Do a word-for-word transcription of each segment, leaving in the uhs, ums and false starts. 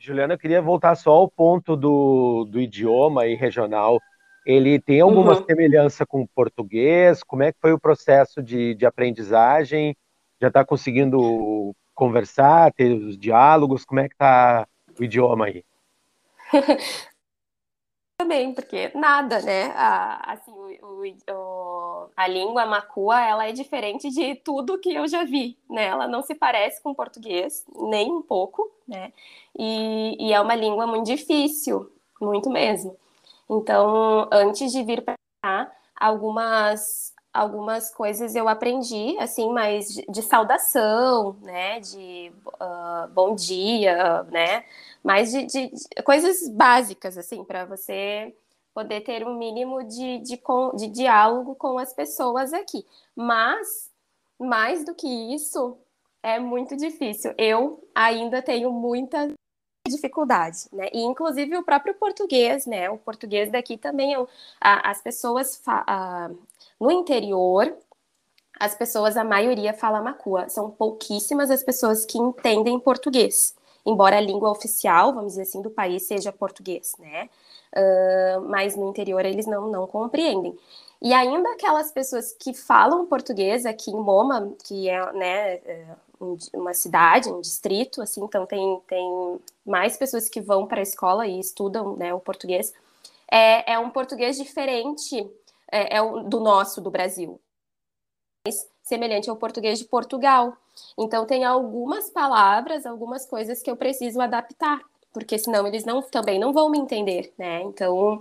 Juliana, eu queria voltar só ao ponto do, do idioma e regional. Ele tem alguma Uhum. semelhança com o português? Como é que foi o processo de, de aprendizagem? Já está conseguindo conversar, ter os diálogos? Como é que está o idioma aí? Também, porque nada, né? A, assim, o, o- o- a língua macua, ela é diferente de tudo que eu já vi, né? Ela não se parece com o português, nem um pouco, né? E, e é uma língua muito difícil, muito mesmo. Então, antes de vir para cá, algumas algumas coisas eu aprendi, assim, mas de, de saudação, né, de ah, bom dia, né, mas de, de- de coisas básicas, assim, para você poder ter um mínimo de, de, com- de diálogo com as pessoas aqui. Mas, mais do que isso, é muito difícil. Eu ainda tenho muita dificuldade, né? E inclusive o próprio português, né? O português daqui também, é um- a- as pessoas fa- a- no interior, as pessoas, a maioria fala macua. São pouquíssimas as pessoas que entendem português, embora a língua oficial, vamos dizer assim, do país seja português, né? Ah, mas no interior eles não, não compreendem. E ainda aquelas pessoas que falam português aqui em Moma, que é, né, é, um- uma cidade, um distrito, assim, então tem, tem mais pessoas que vão para a escola e estudam, né, o português. É, é um português diferente, é, é o- do nosso, do Brasil, semelhante ao português de Portugal. Então, tem algumas palavras, algumas coisas que eu preciso adaptar, porque senão eles não, também não vão me entender, né? Então,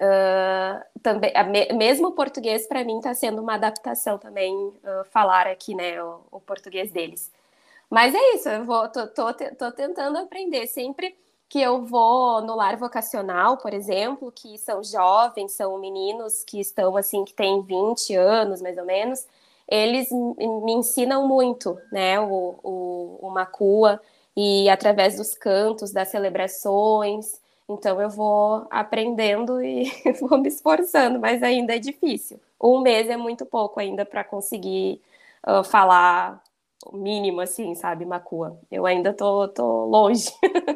uh, também, a, me, mesmo o português, para mim, está sendo uma adaptação também, uh, falar aqui, né, o, o português deles. Mas é isso, eu vou, tô, tô, tô tentando aprender sempre que eu vou no lar vocacional, por exemplo, que são jovens, são meninos que estão assim, que têm vinte anos, mais ou menos, eles me ensinam muito, né, o, o, o Macua, e através dos cantos, das celebrações, então eu vou aprendendo e vou me esforçando, mas ainda é difícil. Um mês é muito pouco ainda para conseguir uh, falar o mínimo, assim, sabe, Macua. Eu ainda tô, tô longe.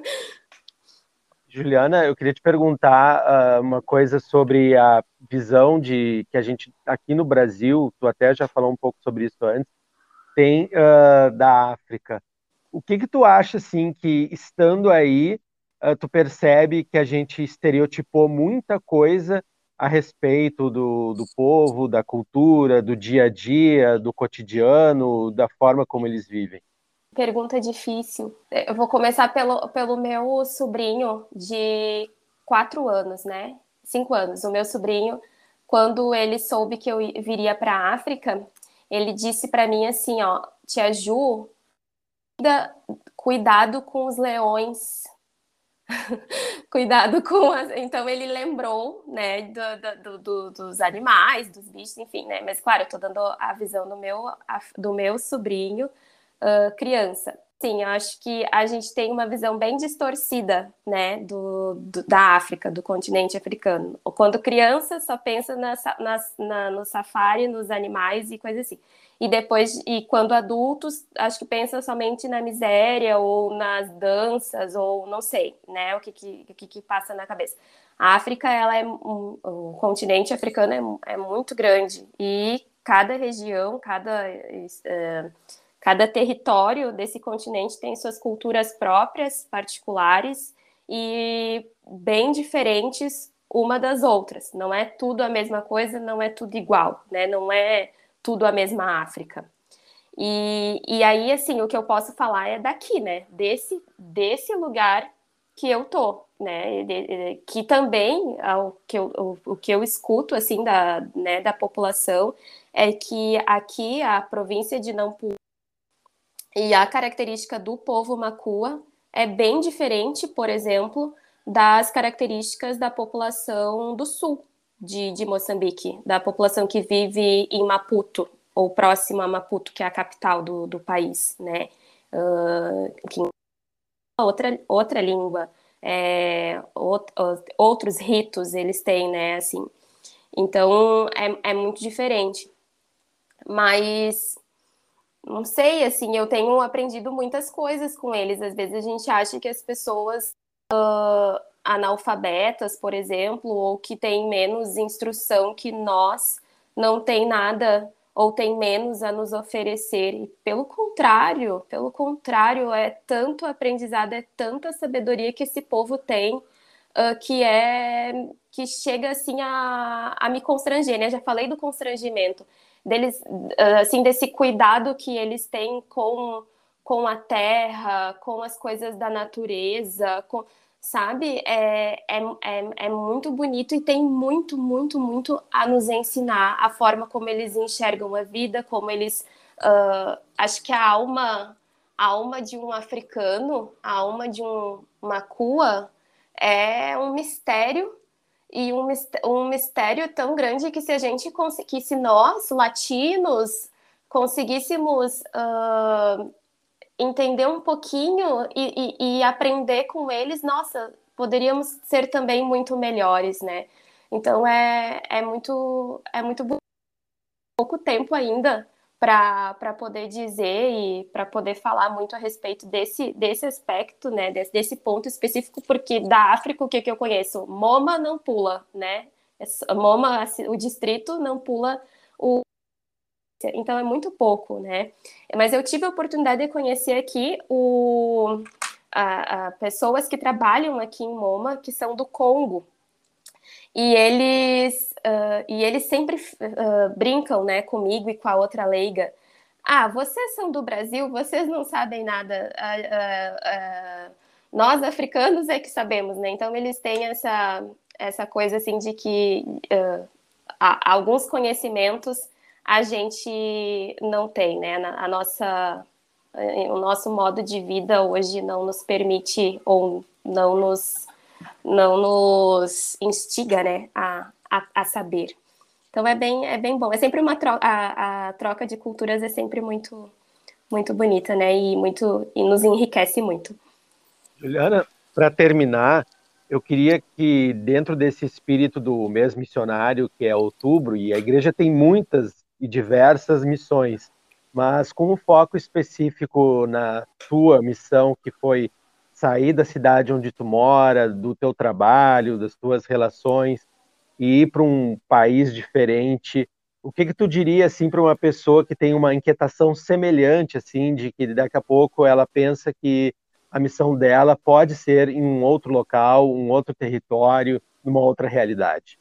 Juliana, eu queria te perguntar ah, uma coisa sobre a visão de que a gente aqui no Brasil, tu até já falou um pouco sobre isso antes, tem ah, da África. O que que tu acha, assim, que estando aí, ah, tu percebe que a gente estereotipou muita coisa a respeito do, do povo, da cultura, do dia a dia, do cotidiano, da forma como eles vivem? Pergunta difícil. Eu vou começar pelo, pelo meu sobrinho de quatro anos, né? Cinco anos. O meu sobrinho, quando ele soube que eu viria para a África, ele disse para mim assim, ó, Tia Ju, cuidado com os leões. Cuidado com as... Então ele lembrou, né, do, do, do, dos animais, dos bichos, enfim, né? Mas claro, eu tô dando a visão do meu, do meu sobrinho, uh, criança. Sim, eu acho que a gente tem uma visão bem distorcida, né, do, do, da África, do continente africano. Quando criança só pensa na, na, na, no safari, nos animais e coisa assim. E depois, e quando adultos, acho que pensa somente na miséria ou nas danças ou não sei, né, o que que, o que, que passa na cabeça. A África, ela é um, o continente africano é, é muito grande e cada região, cada uh, cada território desse continente tem suas culturas próprias, particulares e bem diferentes uma das outras. Não é tudo a mesma coisa, não é tudo igual, né? Não é tudo a mesma África. E, e aí, assim, o que eu posso falar é daqui, né? Desse, desse lugar que eu tô, né? De, de, que também, ao que eu, o, o que eu escuto, assim, da, né, da população, é que aqui, a província de Nampula, e a característica do povo Macua é bem diferente, por exemplo, das características da população do sul de, de Moçambique, da população que vive em Maputo, ou próximo a Maputo, que é a capital do, do país, né? Uh, que outra, outra língua, é, out, outros ritos eles têm, né? Assim, então é, é muito diferente. Mas não sei, assim, eu tenho aprendido muitas coisas com eles. Às vezes a gente acha que as pessoas analfabetas, por exemplo, ou que têm menos instrução que nós, não tem nada ou tem menos a nos oferecer. E pelo contrário, pelo contrário, é tanto aprendizado, é tanta sabedoria que esse povo tem, uh, que é que chega assim a, a me constranger, né? Já falei do constrangimento deles, uh, assim, desse cuidado que eles têm com com a terra, com as coisas da natureza, com, sabe? É, é, é, é muito bonito e tem muito, muito, muito a nos ensinar a forma como eles enxergam a vida, como eles. Uh, acho que a alma, a alma de um africano, a alma de um Makua é um mistério. E um, um mistério tão grande que se a gente que se nós, latinos, conseguíssemos uh, entender um pouquinho e, e, e aprender com eles, nossa, poderíamos ser também muito melhores, né? Então é, é muito é muito pouco tempo ainda para poder dizer e para poder falar muito a respeito desse, desse aspecto, né? Desse, desse ponto específico, porque da África o que, que eu conheço? Moma não pula, né? Moma, o distrito não pula o então é muito pouco, né? Mas eu tive a oportunidade de conhecer aqui o, a, a pessoas que trabalham aqui em Moma, que são do Congo. E eles, uh, e eles sempre uh, brincam, né, comigo e com a outra leiga. Ah, vocês são do Brasil, vocês não sabem nada. Uh, uh, nós, africanos, é que sabemos, né? Então eles têm essa, essa coisa assim de que alguns conhecimentos a gente não tem, né? A nossa, o nosso modo de vida hoje não nos permite ou não nos, não nos instiga, né, a, a, a saber. Então é bem, é bem bom. É sempre uma troca, a, a troca de culturas é sempre muito, muito bonita, né? E muito e nos enriquece muito. Juliana, para terminar, eu queria que, dentro desse espírito do mês missionário, que é outubro, e a igreja tem muitas e diversas missões, mas com um foco específico na tua missão, que foi sair da cidade onde tu mora, do teu trabalho, das tuas relações, e ir para um país diferente. O que que tu diria assim para uma pessoa que tem uma inquietação semelhante, assim, de que daqui a pouco ela pensa que a missão dela pode ser em um outro local, um outro território, numa outra realidade?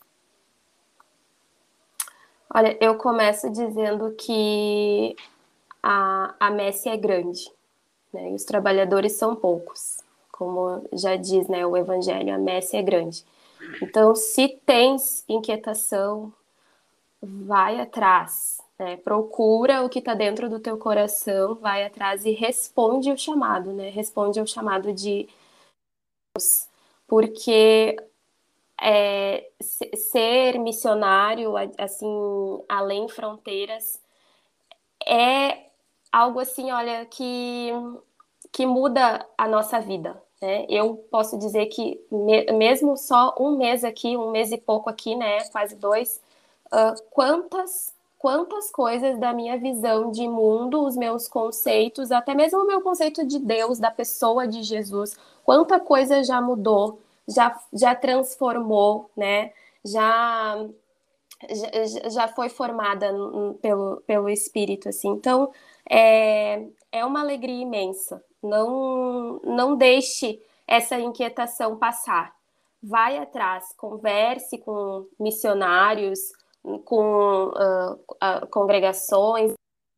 Olha, eu começo dizendo que a, a messe é grande, né? E os trabalhadores são poucos. Como já diz, né, o Evangelho, a messe é grande. Então, se tens inquietação, vai atrás, né? Procura o que está dentro do teu coração, vai atrás e responde o chamado, né? Responde ao chamado de Deus, porque é, ser missionário, assim, além fronteiras, é algo assim, olha, que, que muda a nossa vida, né? Eu posso dizer que me, mesmo só um mês aqui, um mês e pouco aqui, né? Quase dois, uh, quantas quantas coisas da minha visão de mundo, os meus conceitos, até mesmo o meu conceito de Deus, da pessoa de Jesus, quanta coisa já mudou, já, já transformou, né? Já já, já foi formada pelo, pelo Espírito, assim. Então, é, é uma alegria imensa. Não, não deixe essa inquietação passar. Vai atrás, converse com missionários, com uh, uh, congregações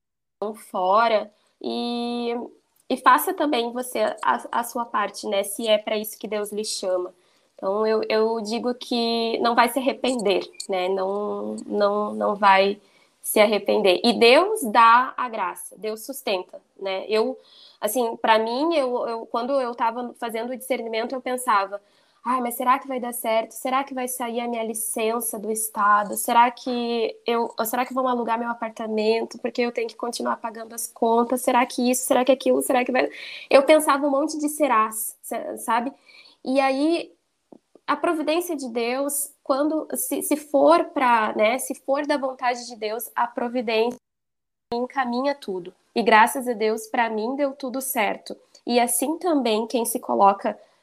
fora e, e faça também você a, a sua parte, né? Se é para isso que Deus lhe chama. Então eu, eu digo que não vai se arrepender, né? Não, não, não vai se arrepender. E Deus dá a graça, Deus sustenta, né? Eu, assim, para mim, eu, eu, quando eu estava fazendo o discernimento, eu pensava, ai, mas será que vai dar certo? Será que vai sair a minha licença do estado? Será que eu, será que vão alugar meu apartamento porque eu tenho que continuar pagando as contas? Será que isso? Será que aquilo? Será que vai? Eu pensava um monte de serás, sabe? E aí a providência de Deus, quando se, se for para, né, se for da vontade de Deus, a providência encaminha tudo. E graças a Deus, para mim deu tudo certo. E assim também quem se coloca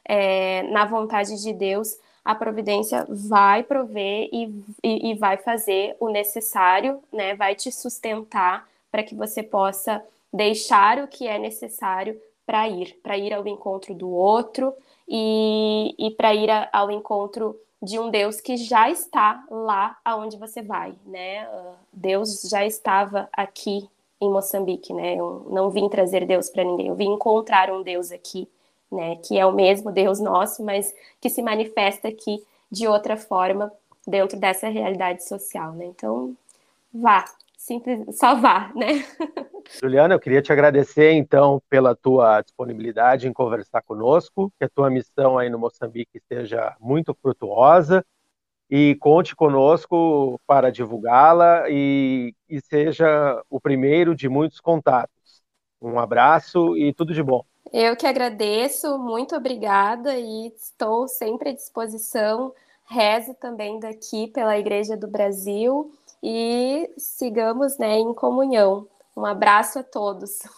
é, na vontade de Deus, a providência vai prover e, e, e vai fazer o necessário, né? Vai te sustentar para que você possa deixar o que é necessário para ir, para ir ao encontro do outro e, e para ir a, ao encontro de um Deus que já está lá aonde você vai, né? Deus já estava aqui em Moçambique, né? Eu não vim trazer Deus para ninguém, eu vim encontrar um Deus aqui, né? Que é o mesmo Deus nosso, mas que se manifesta aqui de outra forma dentro dessa realidade social, né? Então, vá, simples, só vá, né? Juliana, eu queria te agradecer, então, pela tua disponibilidade em conversar conosco, que a tua missão aí no Moçambique seja muito frutuosa e conte conosco para divulgá-la e, e seja o primeiro de muitos contatos. Um abraço e tudo de bom. Eu que agradeço, muito obrigada e estou sempre à disposição. Rezo também daqui pela Igreja do Brasil e sigamos, né, em comunhão. Um abraço a todos.